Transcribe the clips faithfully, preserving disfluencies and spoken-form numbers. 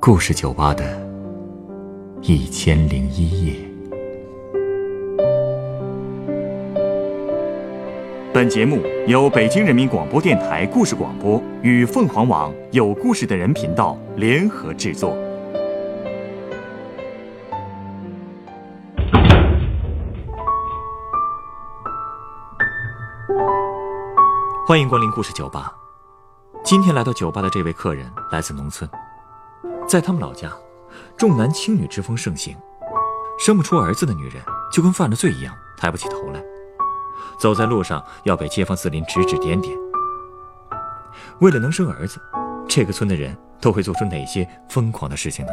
故事酒吧的一千零一夜。 本节目由北京人民广播电台故事广播与凤凰网有故事的人频道联合制作。欢迎光临故事酒吧。今天来到酒吧的这位客人来自农村，在他们老家，重男轻女之风盛行，生不出儿子的女人就跟犯了罪一样，抬不起头来，走在路上要被街坊四邻指指点点。为了能生儿子，这个村的人都会做出哪些疯狂的事情呢？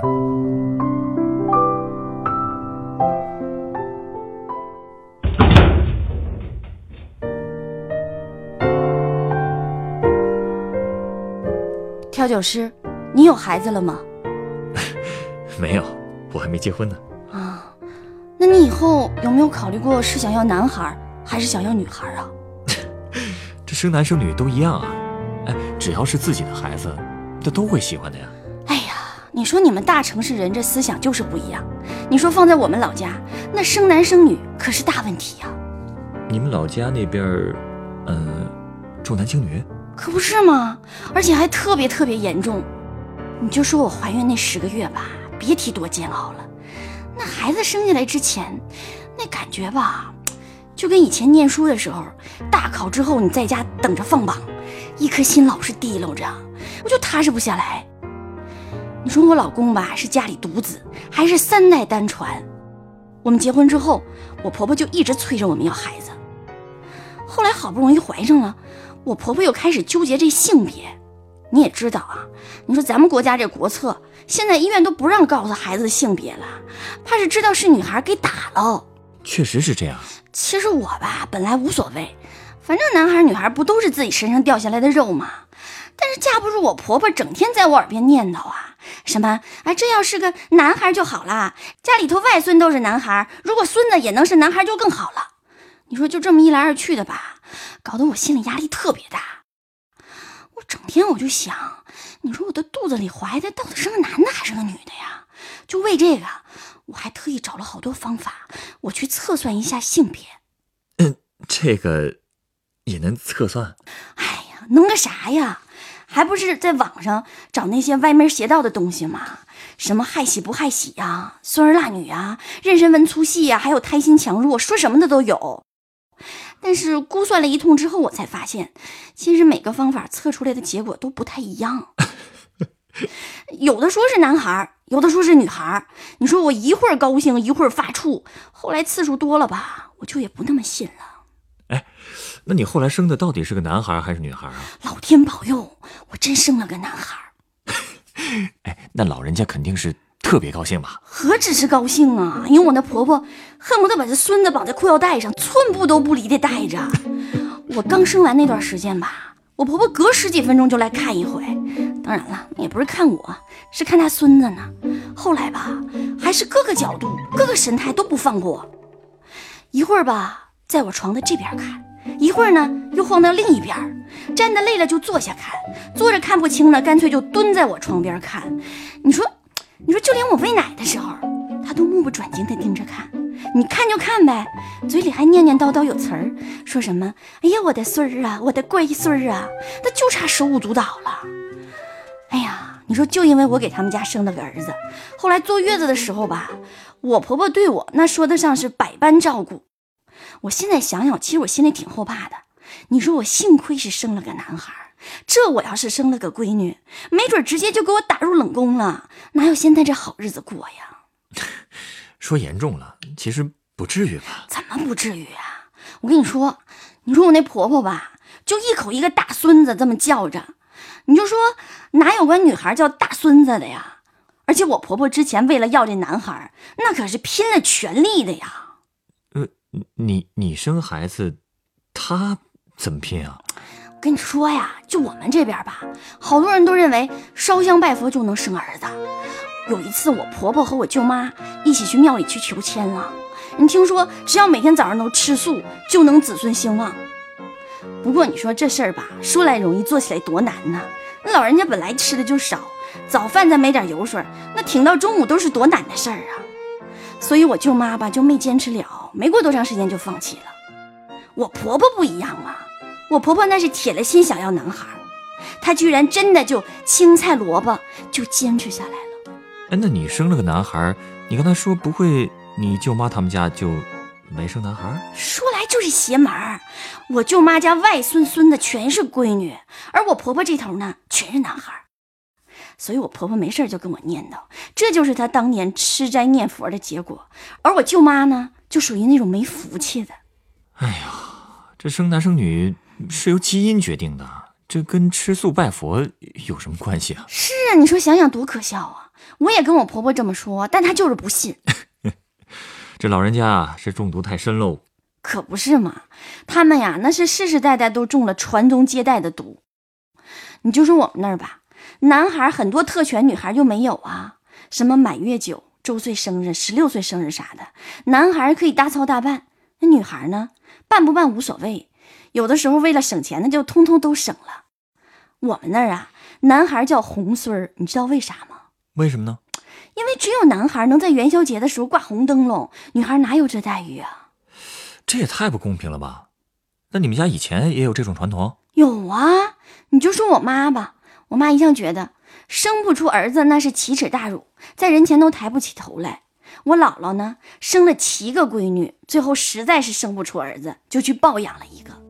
调酒师，你有孩子了吗？ 没有，我还没结婚呢。 啊，那你以后有没有考虑过是想要男孩还是想要女孩啊？ 这生男生女都一样啊，哎，只要是自己的孩子，这都会喜欢的呀。 哎呀，你说你们大城市人这思想就是不一样。你说放在我们老家，那生男生女可是大问题呀。 你们老家那边，嗯、呃，重男轻女？ 可不是吗？而且还特别特别严重。你就说我怀孕那十个月吧，别提多煎熬了。那孩子生下来之前，那感觉吧，就跟以前念书的时候，大考之后你在家等着放榜，一颗心老是提溜着，我就踏实不下来。你说我老公吧，是家里独子，还是三代单传。我们结婚之后，我婆婆就一直催着我们要孩子。后来好不容易怀上了，我婆婆又开始纠结这性别。你也知道啊，你说咱们国家这国策，现在医院都不让告诉孩子的性别了，怕是知道是女孩给打了。 确实是这样。 其实我吧，本来无所谓，反正男孩女孩不都是自己身上掉下来的肉吗？但是架不住我婆婆整天在我耳边念叨啊，什么啊，这要是个男孩就好了，家里头外孙都是男孩，如果孙子也能是男孩就更好了。你说就这么一来二去的吧，搞得我心里压力特别大。我整天我就想，你说我的肚子里怀的到底是个男的还是个女的呀？就为这个，我还特意找了好多方法，我去测算一下性别。 嗯，这个也能测算？ 哎呀，能个啥呀？还不是在网上找那些歪门邪道的东西吗？什么害喜不害喜呀，孙儿腊女啊，妊娠纹粗细呀，还有胎心强弱，说什么的都有。但是估算了一通之后，我才发现，其实每个方法测出来的结果都不太一样。有的说是男孩，有的说是女孩。你说我一会儿高兴，一会儿发怵，后来次数多了吧，我就也不那么信了。 哎，那你后来生的到底是个男孩还是女孩啊？ 老天保佑，我真生了个男孩。 哎，那老人家肯定是特别高兴吧？ 何止是高兴啊，因为我那婆婆恨不得把这孙子绑在裤腰带上，寸步都不离地带着。我刚生完那段时间吧，我婆婆隔十几分钟就来看一回，当然了，也不是看我，是看她孙子呢。后来吧，还是各个角度各个神态都不放过，一会儿吧在我床的这边看，一会儿呢又晃到另一边，站得累了就坐下看，坐着看不清呢，干脆就蹲在我床边看。你说你说就连我喂奶的时候，他都目不转睛地盯着看，你看就看呗，嘴里还念念叨叨有词儿，说什么哎呀我的孙儿啊，我的乖孙儿啊，那就差手舞足蹈了。哎呀，你说就因为我给他们家生了个儿子，后来坐月子的时候吧，我婆婆对我那说得上是百般照顾。我现在想想，其实我心里挺后怕的。你说我幸亏是生了个男孩，这我要是生了个闺女，没准直接就给我打入冷宫了，哪有现在这好日子过呀？ 说严重了，其实不至于吧？ 怎么不至于啊？我跟你说，你说我那婆婆吧，就一口一个大孙子这么叫着，你就说哪有管女孩叫大孙子的呀？而且我婆婆之前为了要这男孩，那可是拼了全力的呀。 呃，你你生孩子，他怎么拼啊？ 我跟你说呀，就我们这边吧，好多人都认为烧香拜佛就能生儿子。有一次我婆婆和我舅妈一起去庙里去求签了，你听说只要每天早上都吃素就能子孙兴旺。不过你说这事儿吧，说来容易做起来多难呢。老人家本来吃的就少， 早饭再没点油水，那挺到中午都是多难的事儿啊。所以我舅妈吧就没坚持了，没过多长时间就放弃了。我婆婆不一样啊，我婆婆那是铁了心想要男孩，她居然真的就青菜萝卜就坚持下来了。 哎，那你生了个男孩，你刚才说不会你舅妈他们家就没生男孩？ 说来就是邪门儿，我舅妈家外孙孙的全是闺女，而我婆婆这头呢全是男孩。所以我婆婆没事就跟我念叨，这就是她当年吃斋念佛的结果。而我舅妈呢就属于那种没福气的。 哎呀，这生男生女是由基因决定的，这跟吃素拜佛有什么关系啊？ 是啊，你说想想多可笑啊。我也跟我婆婆这么说，但她就是不信。 这老人家是中毒太深喽。 可不是嘛，他们呀那是世世代代都中了传宗接代的毒。你就说我们那儿吧，男孩很多特权，女孩就没有啊。什么满月酒、周岁生日、十六岁生日啥的，男孩可以大操大办，那女孩呢，办不办无所谓。有的时候为了省钱，那就通通都省了。我们那儿啊，男孩叫红孙儿，你知道为啥吗？ 为什么呢？ 因为只有男孩能在元宵节的时候挂红灯笼，女孩哪有这待遇啊？ 这也太不公平了吧？那你们家以前也有这种传统？ 有啊，你就说我妈吧，我妈一向觉得生不出儿子那是奇耻大辱，在人前都抬不起头来。我姥姥呢，生了七个闺女，最后实在是生不出儿子，就去抱养了一个。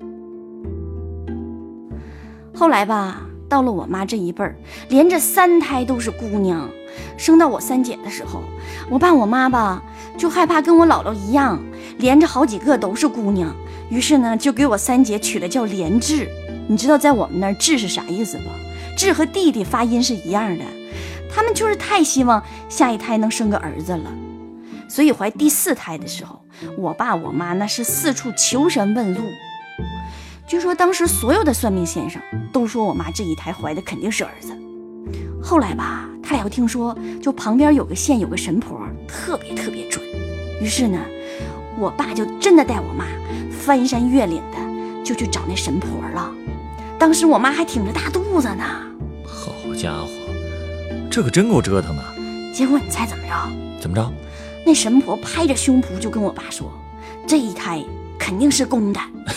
后来吧，到了我妈这一辈儿，连着三胎都是姑娘。生到我三姐的时候，我爸我妈吧就害怕跟我姥姥一样，连着好几个都是姑娘，于是呢就给我三姐取了叫连志。你知道在我们那儿志是啥意思吧？志和弟弟发音是一样的，他们就是太希望下一胎能生个儿子了。所以怀第四胎的时候，我爸我妈那是四处求神问路。据说当时所有的算命先生都说我妈这一胎怀的肯定是儿子。后来吧，他俩又听说就旁边有个县有个神婆特别特别准，于是呢我爸就真的带我妈翻山越岭的就去找那神婆了。当时我妈还挺着大肚子呢。 好家伙，这可真够折腾的。 结果你猜怎么着？ 怎么着？ 那神婆拍着胸脯就跟我爸说，这一胎肯定是公的。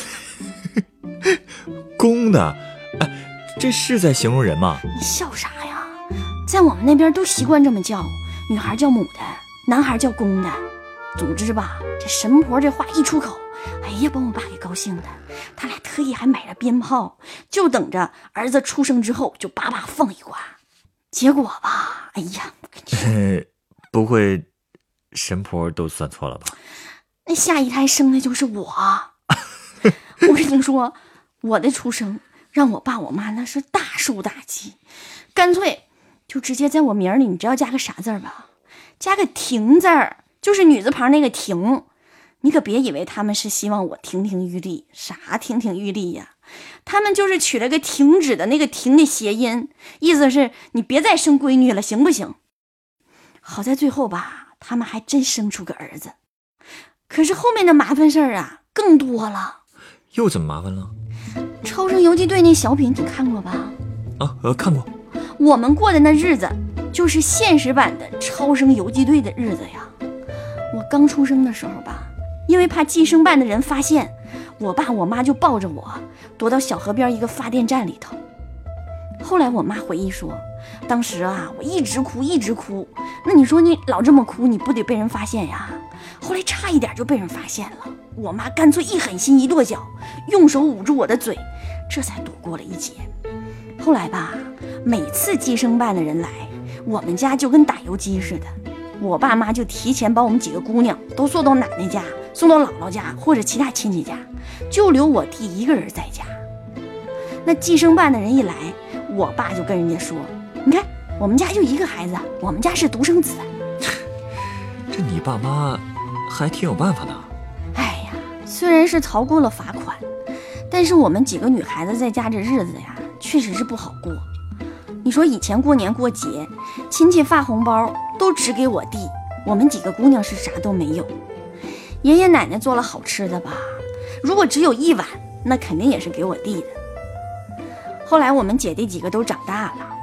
公的？哎，这是在形容人吗？ 你笑啥呀？在我们那边都习惯这么叫，女孩叫母的，男孩叫公的。总之吧，这神婆这话一出口，哎呀，把我爸给高兴的，他俩特意还买了鞭炮，就等着儿子出生之后就叭叭放一挂。结果吧，哎呀， 不会神婆都算错了吧？ 那下一胎生的就是我。我跟你说，我的出生让我爸我妈那是大受打击，干脆就直接在我名里，你知道加个啥字吧？加个婷字儿，就是女字旁那个婷。你可别以为他们是希望我亭亭玉立，啥亭亭玉立呀？他们就是取了个停止的那个停的谐音，意思是你别再生闺女了，行不行？好在最后吧，他们还真生出个儿子。可是后面的麻烦事儿啊更多了。 又怎么麻烦了？ 超生游击队那小品你看过吧？ 啊，呃，看过。 我们过的那日子就是现实版的超生游击队的日子呀。我刚出生的时候吧，因为怕计生办的人发现，我爸我妈就抱着我躲到小河边一个发电站里头。后来我妈回忆说，当时啊我一直哭一直哭，那你说你老这么哭，你不得被人发现呀？后来差一点就被人发现了，我妈干脆一狠心一跺脚，用手捂住我的嘴，这才躲过了一劫。后来吧，每次计生办的人来，我们家就跟打游击似的，我爸妈就提前把我们几个姑娘都送到奶奶家，送到姥姥家或者其他亲戚家，就留我弟一个人在家。那计生办的人一来，我爸就跟人家说，你看我们家就一个孩子，我们家是独生子。 这你爸妈还挺有办法的。 哎呀，虽然是逃过了罚款，但是我们几个女孩子在家这日子呀确实是不好过。你说以前过年过节，亲戚发红包都只给我弟，我们几个姑娘是啥都没有。爷爷奶奶做了好吃的吧，如果只有一碗，那肯定也是给我弟的。后来我们姐弟几个都长大了，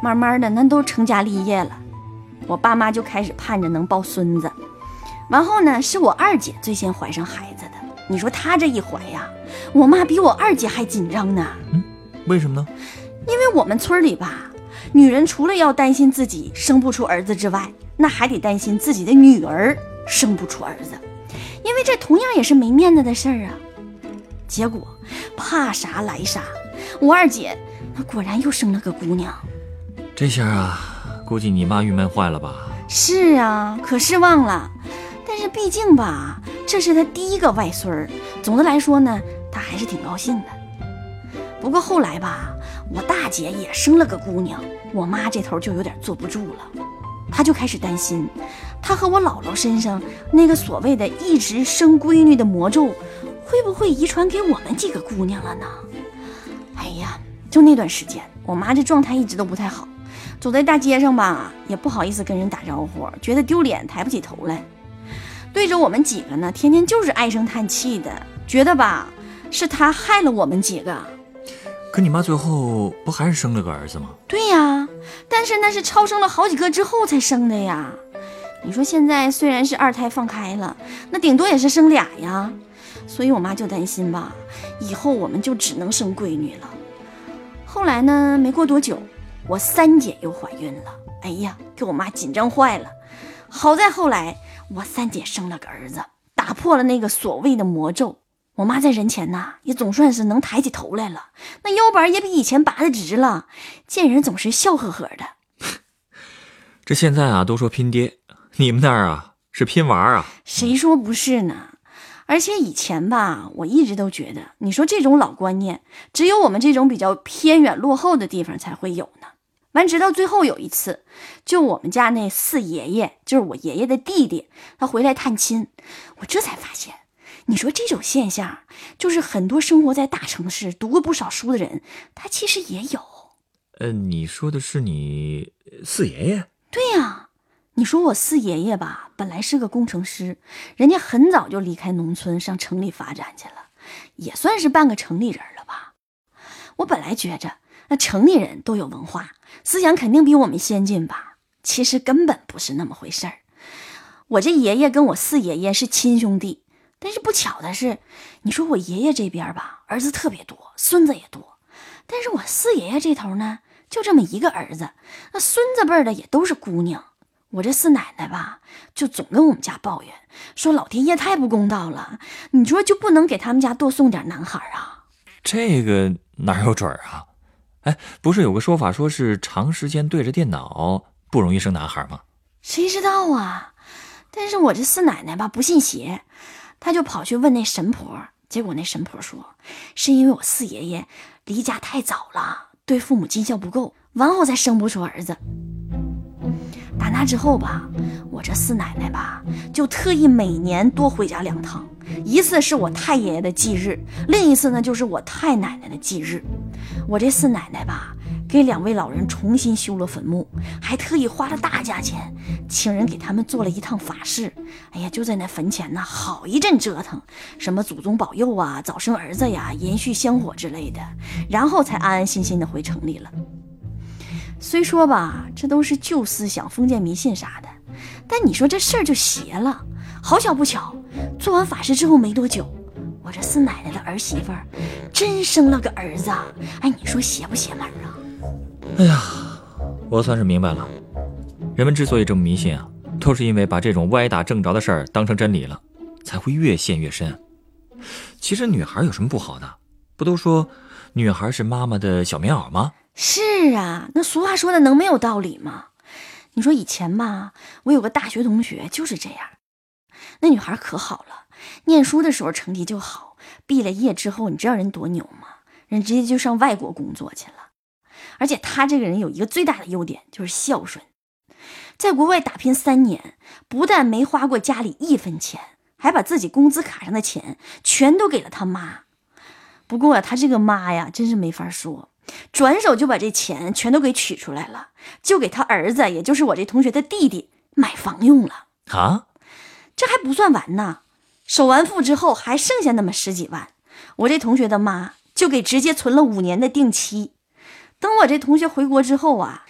慢慢的那都成家立业了，我爸妈就开始盼着能抱孙子。完后呢，是我二姐最先怀上孩子的。你说她这一怀呀，我妈比我二姐还紧张呢。 嗯，为什么呢？ 因为我们村里吧，女人除了要担心自己生不出儿子之外，那还得担心自己的女儿生不出儿子，因为这同样也是没面子的事儿啊。结果怕啥来啥，我二姐她果然又生了个姑娘。 这下啊，估计你妈郁闷坏了吧？ 是啊，可失望了。但是毕竟吧，这是她第一个外孙儿，总的来说呢，她还是挺高兴的。不过后来吧，我大姐也生了个姑娘，我妈这头就有点坐不住了，她就开始担心，她和我姥姥身上那个所谓的一直生闺女的魔咒，会不会遗传给我们几个姑娘了呢？哎呀，就那段时间，我妈这状态一直都不太好，走在大街上吧，也不好意思跟人打招呼，觉得丢脸，抬不起头来。对着我们几个呢，天天就是唉声叹气的，觉得吧，是她害了我们几个。 可你妈最后不还是生了个儿子吗？ 对呀，但是那是超生了好几个之后才生的呀。你说现在虽然是二胎放开了，那顶多也是生俩呀。所以我妈就担心吧，以后我们就只能生闺女了。后来呢，没过多久，我三姐又怀孕了，哎呀，给我妈紧张坏了。好在后来我三姐生了个儿子，打破了那个所谓的魔咒。我妈在人前呐，也总算是能抬起头来了，那腰板也比以前拔得直了，见人总是笑呵呵的。 这现在啊都说拼爹，你们那儿啊是拼娃啊？ 谁说不是呢？而且以前吧，我一直都觉得，你说这种老观念，只有我们这种比较偏远落后的地方才会有呢。完，直到最后有一次，就我们家那四爷爷，就是我爷爷的弟弟，他回来探亲，我这才发现，你说这种现象，就是很多生活在大城市、读过不少书的人，他其实也有。 呃，你说的是你四爷爷？ 对呀、啊，你说我四爷爷吧，本来是个工程师，人家很早就离开农村上城里发展去了，也算是半个城里人了吧。我本来觉着那城里人都有文化，思想肯定比我们先进吧，其实根本不是那么回事儿。我这爷爷跟我四爷爷是亲兄弟，但是不巧的是，你说我爷爷这边吧，儿子特别多，孙子也多，但是我四爷爷这头呢，就这么一个儿子，那孙子辈的也都是姑娘。我这四奶奶吧，就总跟我们家抱怨，说老天爷太不公道了，你说就不能给他们家多送点男孩啊？ 这个哪有准儿啊？哎，不是有个说法说是长时间对着电脑不容易生男孩吗？ 谁知道啊？但是我这四奶奶吧不信邪，她就跑去问那神婆，结果那神婆说，是因为我四爷爷离家太早了，对父母尽孝不够，完后才生不出儿子。打那之后吧，我这四奶奶吧就特意每年多回家两趟，一次是我太爷爷的忌日，另一次呢就是我太奶奶的忌日。我这四奶奶吧给两位老人重新修了坟墓，还特意花了大价钱请人给他们做了一趟法事。哎呀，就在那坟前呢好一阵折腾，什么祖宗保佑啊，早生儿子呀，延续香火之类的，然后才安安心心的回城里了。虽说吧，这都是旧思想、封建迷信啥的，但你说这事儿就邪了。好巧不巧，做完法事之后没多久，我这四奶奶的儿媳妇儿真生了个儿子。哎，你说邪不邪门啊？ 哎呀，我算是明白了，人们之所以这么迷信啊，都是因为把这种歪打正着的事儿当成真理了，才会越陷越深。其实女孩有什么不好的？不都说女孩是妈妈的小棉袄吗？ 是啊，那俗话说的能没有道理吗？你说以前吧，我有个大学同学就是这样，那女孩可好了，念书的时候成绩就好，毕了业之后，你知道人多牛吗？人直接就上外国工作去了。而且她这个人有一个最大的优点，就是孝顺。在国外打拼三年，不但没花过家里一分钱，还把自己工资卡上的钱全都给了他妈。不过他这个妈呀，真是没法说，转手就把这钱全都给取出来了，就给他儿子，也就是我这同学的弟弟买房用了啊。 这还不算完呢，首完付之后还剩下那么十几万，我这同学的妈就给直接存了五年的定期。等我这同学回国之后啊，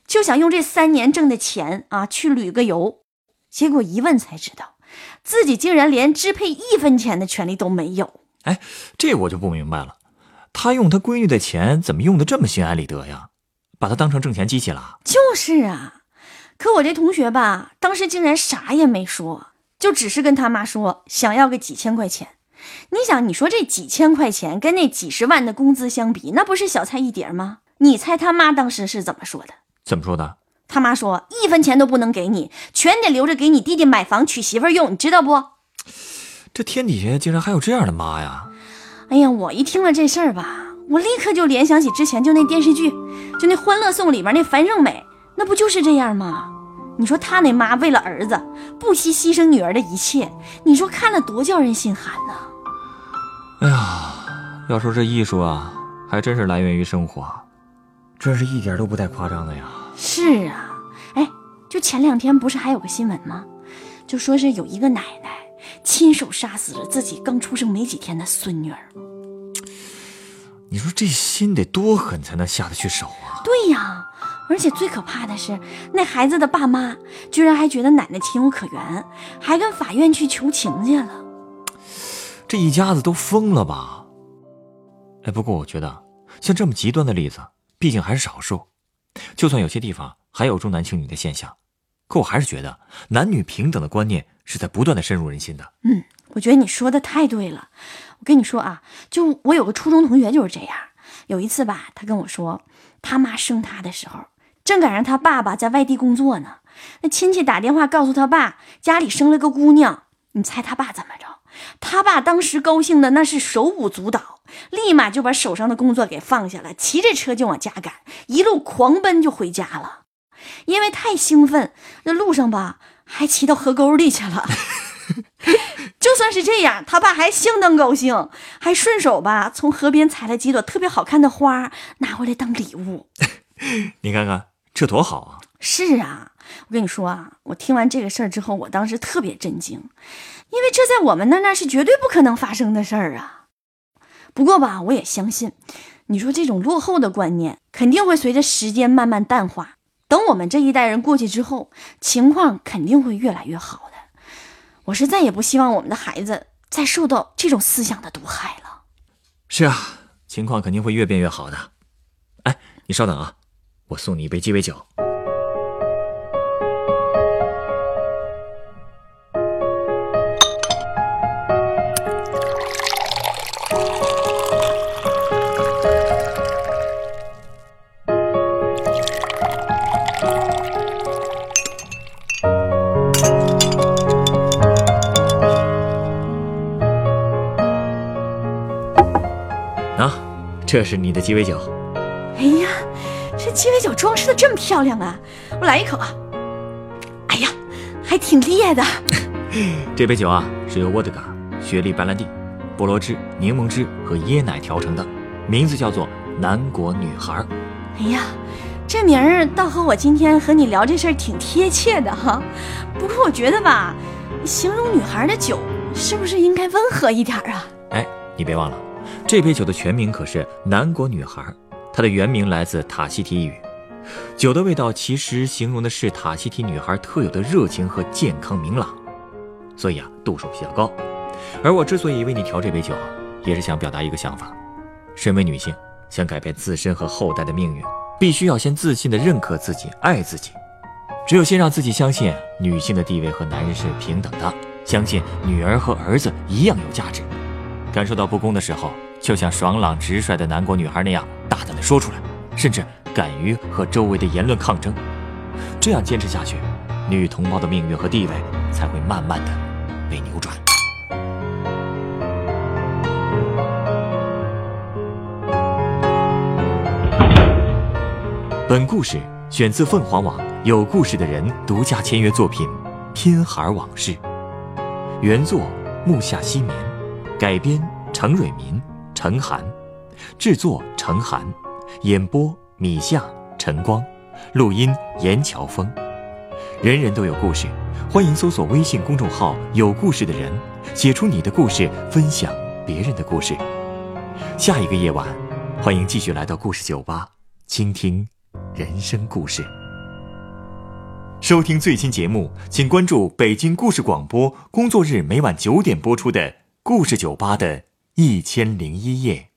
就想用这三年挣的钱啊去旅个游，结果一问才知道，自己竟然连支配一分钱的权利都没有。 哎，这我就不明白了，他用他闺女的钱怎么用得这么心安理得呀？把他当成挣钱机器了？ 就是啊，可我这同学吧，当时竟然啥也没说，就只是跟他妈说想要个几千块钱。你想，你说这几千块钱跟那几十万的工资相比，那不是小菜一碟吗？你猜他妈当时是怎么说的？ 怎么说的？ 他妈说一分钱都不能给你，全得留着给你弟弟买房娶媳妇用，你知道不？ 这天底下竟然还有这样的妈呀！ 哎呀，我一听了这事儿吧，我立刻就联想起之前就那电视剧，就那《欢乐颂》里边那樊胜美，那不就是这样吗？你说他那妈为了儿子不惜牺牲女儿的一切，你说看了多叫人心寒呢。 哎呀，要说这艺术啊，还真是来源于生活，真是一点都不带夸张的呀。 是啊，哎，就前两天不是还有个新闻吗？就说是有一个奶奶亲手杀死了自己刚出生没几天的孙女儿。 你说这心得多狠才能下得去手啊？ 对呀，而且最可怕的是，那孩子的爸妈居然还觉得奶奶情有可原，还跟法院去求情去了。 这一家子都疯了吧？哎，不过我觉得像这么极端的例子毕竟还是少数，就算有些地方还有重男轻女的现象，可我还是觉得男女平等的观念是在不断的深入人心的。 嗯，我觉得你说的太对了。我跟你说啊，就我有个初中同学就是这样。有一次吧，他跟我说，他妈生他的时候，正赶上他爸爸在外地工作呢。那亲戚打电话告诉他爸，家里生了个姑娘。你猜他爸怎么着？他爸当时高兴的那是手舞足蹈，立马就把手上的工作给放下了，骑着车就往家赶，一路狂奔就回家了。因为太兴奋，这路上吧还骑到河沟里去了。就算是这样，他爸还相当高兴，还顺手吧从河边采了几朵特别好看的花拿回来当礼物。 你看看这多好啊！ 是啊，我跟你说啊，我听完这个事儿之后，我当时特别震惊，因为这在我们那那是绝对不可能发生的事儿啊。不过吧，我也相信，你说这种落后的观念肯定会随着时间慢慢淡化，等我们这一代人过去之后，情况肯定会越来越好的。我是再也不希望我们的孩子再受到这种思想的毒害了。 是啊，情况肯定会越变越好的。哎，你稍等啊，我送你一杯鸡尾酒。啊，这是你的鸡尾酒。 哎呀，这鸡尾酒装饰的这么漂亮啊！我来一口啊。哎呀，还挺烈的。 这杯酒啊，是由沃德嘎、雪莉白兰地、菠萝汁、柠檬汁和椰奶调成的，名字叫做南国女孩。 哎呀，这名儿倒和我今天和你聊这事儿挺贴切的哈。不过我觉得吧，形容女孩的酒是不是应该温和一点啊？ 哎，你别忘了，这杯酒的全名可是南国女孩，它的原名来自塔希提语。酒的味道其实形容的是塔希提女孩特有的热情和健康明朗，所以啊，度数比较高。而我之所以为你调这杯酒，也是想表达一个想法：身为女性，想改变自身和后代的命运，必须要先自信地认可自己，爱自己。只有先让自己相信女性的地位和男人是平等的，相信女儿和儿子一样有价值，感受到不公的时候，就像爽朗直率的南国女孩那样大胆地说出来，甚至敢于和周围的言论抗争。这样坚持下去，女同胞的命运和地位才会慢慢地被扭转。本故事选自凤凰网有故事的人独家签约作品《天孩往事》，原作木下西眠，改编程蕊民、程涵，制作程涵，演播米夏、晨光，录音严乔峰。人人都有故事，欢迎搜索微信公众号有故事的人，写出你的故事，分享别人的故事。下一个夜晚，欢迎继续来到故事酒吧，倾听人生故事。 收听最新节目，请关注北京故事广播，工作日每晚九点播出的《故事酒吧》的一千零一夜。